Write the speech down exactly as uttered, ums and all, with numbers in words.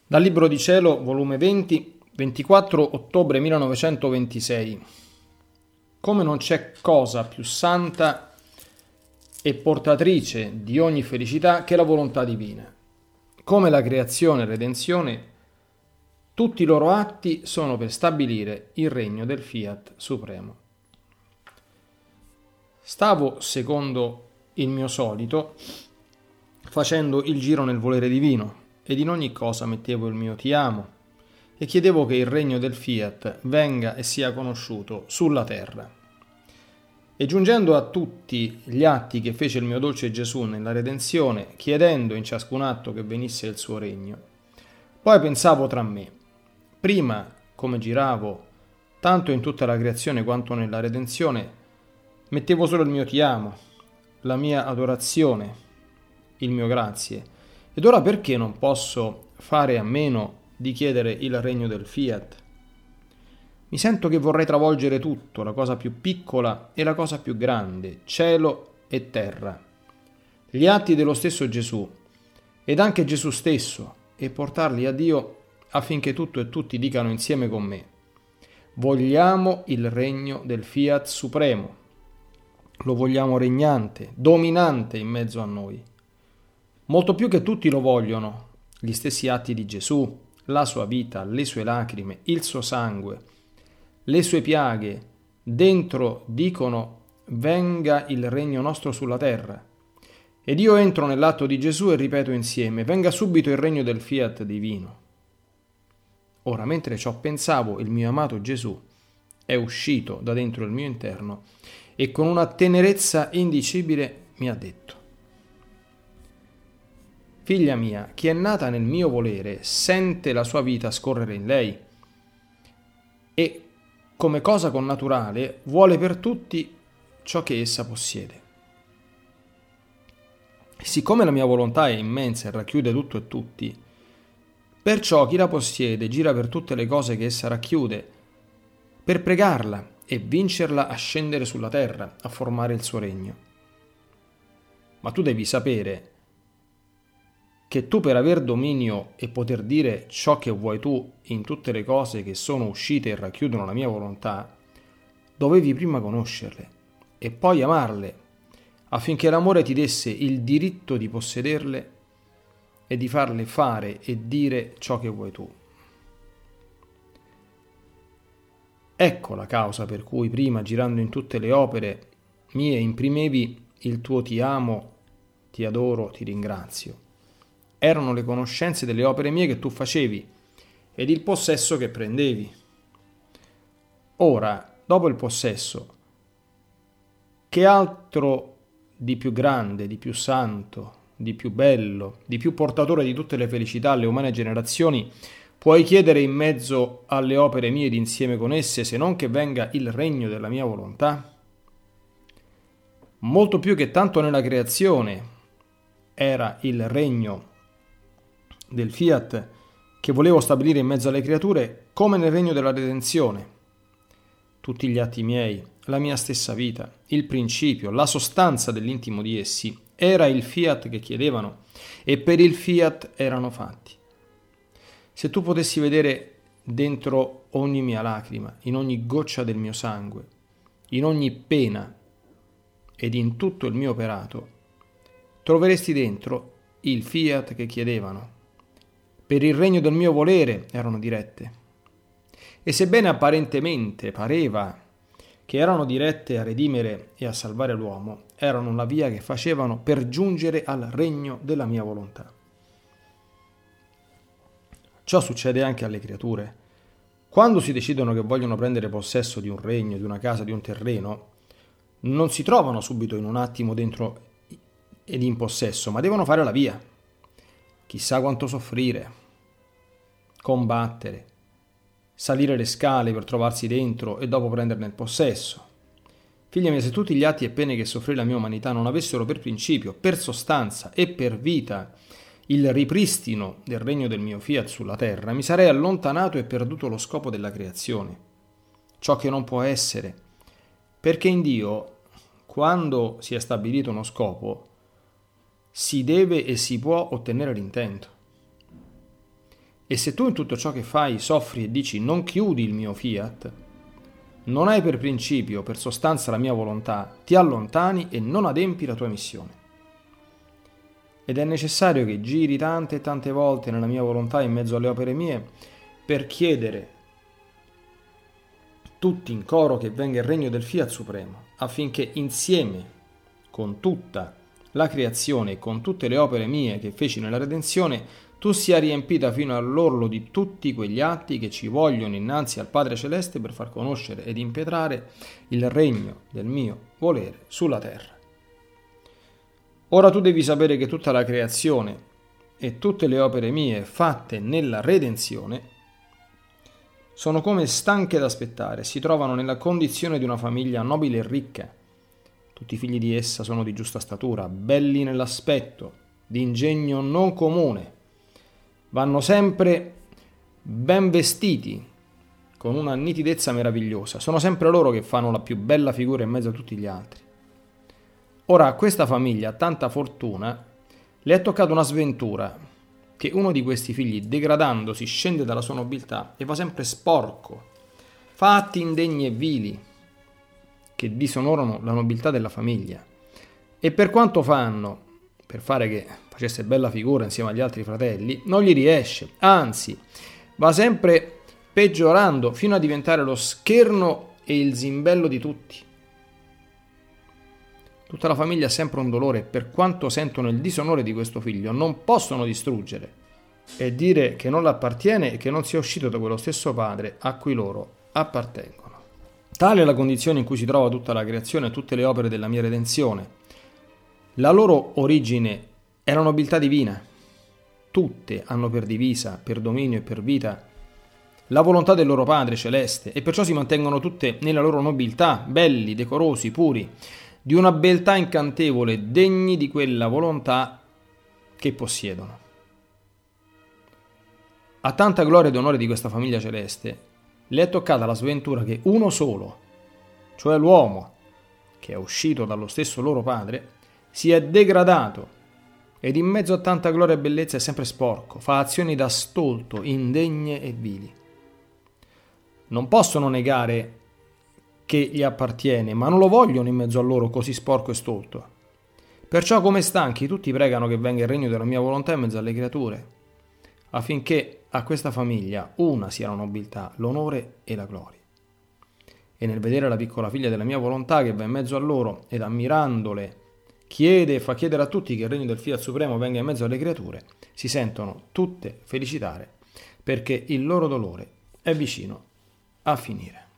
Dal Libro di Cielo, volume venti, ventiquattro ottobre millenovecentoventisei. Come non c'è cosa più santa e portatrice di ogni felicità che la volontà divina. Come la creazione e redenzione, tutti i loro atti sono per stabilire il regno del Fiat Supremo. Stavo, secondo il mio solito, facendo il giro nel volere divino, ed in ogni cosa mettevo il mio ti amo e chiedevo che il regno del Fiat venga e sia conosciuto sulla terra. E giungendo a tutti gli atti che fece il mio dolce Gesù nella redenzione, chiedendo in ciascun atto che venisse il suo regno, poi pensavo tra me, prima come giravo, tanto in tutta la creazione quanto nella redenzione, mettevo solo il mio ti amo, la mia adorazione, il mio grazie. Ed ora perché non posso fare a meno di chiedere il regno del Fiat? Mi sento che vorrei travolgere tutto, la cosa più piccola e la cosa più grande, cielo e terra, gli atti dello stesso Gesù ed anche Gesù stesso, e portarli a Dio affinché tutto e tutti dicano insieme con me: vogliamo il regno del Fiat Supremo, lo vogliamo regnante, dominante in mezzo a noi. Molto più che tutti lo vogliono, gli stessi atti di Gesù, la sua vita, le sue lacrime, il suo sangue, le sue piaghe, dentro dicono venga il regno nostro sulla terra. Ed io entro nell'atto di Gesù e ripeto insieme: venga subito il regno del Fiat divino. Ora, mentre ciò pensavo, il mio amato Gesù è uscito da dentro il mio interno e con una tenerezza indicibile mi ha detto: figlia mia, chi è nata nel mio volere sente la sua vita scorrere in lei e, come cosa connaturale, vuole per tutti ciò che essa possiede. Siccome la mia volontà è immensa e racchiude tutto e tutti, perciò chi la possiede gira per tutte le cose che essa racchiude, per pregarla e vincerla a scendere sulla terra, a formare il suo regno. Ma tu devi sapere che tu, per aver dominio e poter dire ciò che vuoi tu in tutte le cose che sono uscite e racchiudono la mia volontà, dovevi prima conoscerle e poi amarle, affinché l'amore ti desse il diritto di possederle e di farle fare e dire ciò che vuoi tu. Ecco la causa per cui prima, girando in tutte le opere mie, imprimevi il tuo ti amo, ti adoro, ti ringrazio. Erano le conoscenze delle opere mie che tu facevi ed il possesso che prendevi. Ora, dopo il possesso, che altro di più grande, di più santo, di più bello, di più portatore di tutte le felicità alle umane generazioni puoi chiedere in mezzo alle opere mie ed insieme con esse, se non che venga il regno della mia volontà? Molto più che tanto nella creazione era il regno del Fiat che volevo stabilire in mezzo alle creature, come nel regno della redenzione. Tutti gli atti miei, la mia stessa vita, il principio, la sostanza dell'intimo di essi, era il Fiat che chiedevano e per il Fiat erano fatti. Se tu potessi vedere dentro ogni mia lacrima, in ogni goccia del mio sangue, in ogni pena ed in tutto il mio operato, troveresti dentro il Fiat che chiedevano. Per il regno del mio volere erano dirette. E sebbene apparentemente pareva che erano dirette a redimere e a salvare l'uomo, erano la via che facevano per giungere al regno della mia volontà. Ciò succede anche alle creature. Quando si decidono che vogliono prendere possesso di un regno, di una casa, di un terreno, non si trovano subito in un attimo dentro ed in possesso, ma devono fare la via. Chissà quanto soffrire, combattere, salire le scale per trovarsi dentro e dopo prenderne il possesso. Figlia mia, se tutti gli atti e pene che soffrì la mia umanità non avessero per principio, per sostanza e per vita il ripristino del regno del mio Fiat sulla terra, mi sarei allontanato e perduto lo scopo della creazione, ciò che non può essere, perché in Dio, quando si è stabilito uno scopo, si deve e si può ottenere l'intento. E se tu in tutto ciò che fai soffri e dici non chiudi il mio fiat, non hai per principio, per sostanza la mia volontà, ti allontani e non adempi la tua missione. Ed è necessario che giri tante e tante volte nella mia volontà in mezzo alle opere mie per chiedere tutti in coro che venga il regno del Fiat Supremo, affinché insieme con tutta la creazione e con tutte le opere mie che feci nella redenzione, tu sia riempita fino all'orlo di tutti quegli atti che ci vogliono innanzi al Padre Celeste per far conoscere ed impetrare il regno del mio volere sulla terra. Ora tu devi sapere che tutta la creazione e tutte le opere mie fatte nella redenzione sono come stanche d'aspettare, si trovano nella condizione di una famiglia nobile e ricca. Tutti i figli di essa sono di giusta statura, belli nell'aspetto, di ingegno non comune, vanno sempre ben vestiti, con una nitidezza meravigliosa. Sono sempre loro che fanno la più bella figura in mezzo a tutti gli altri. Ora a questa famiglia, tanta fortuna, le è toccata una sventura, che uno di questi figli, degradandosi, scende dalla sua nobiltà e va sempre sporco, fa atti indegni e vili, che disonorano la nobiltà della famiglia. E per quanto fanno, per fare che facesse bella figura insieme agli altri fratelli, non gli riesce, anzi, va sempre peggiorando fino a diventare lo scherno e il zimbello di tutti. Tutta la famiglia ha sempre un dolore e per quanto sentono il disonore di questo figlio non possono distruggere e dire che non l'appartiene e che non sia uscito da quello stesso padre a cui loro appartengono. Tale è la condizione in cui si trova tutta la creazione e tutte le opere della mia redenzione. La loro origine è la nobiltà divina. Tutte hanno per divisa, per dominio e per vita la volontà del loro Padre Celeste e perciò si mantengono tutte nella loro nobiltà, belli, decorosi, puri, di una beltà incantevole, degni di quella volontà che possiedono. A tanta gloria ed onore di questa famiglia celeste, le è toccata la sventura che uno solo, cioè l'uomo, che è uscito dallo stesso loro padre, si è degradato ed in mezzo a tanta gloria e bellezza è sempre sporco, fa azioni da stolto, indegne e vili. Non possono negare che gli appartiene, ma non lo vogliono in mezzo a loro così sporco e stolto. Perciò come stanchi tutti pregano che venga il regno della mia volontà in mezzo alle creature, affinché a questa famiglia una sia la nobiltà, l'onore e la gloria. E nel vedere la piccola figlia della mia volontà che va in mezzo a loro ed ammirandole chiede e fa chiedere a tutti che il regno del Fiat Supremo venga in mezzo alle creature, si sentono tutte felicitare perché il loro dolore è vicino a finire.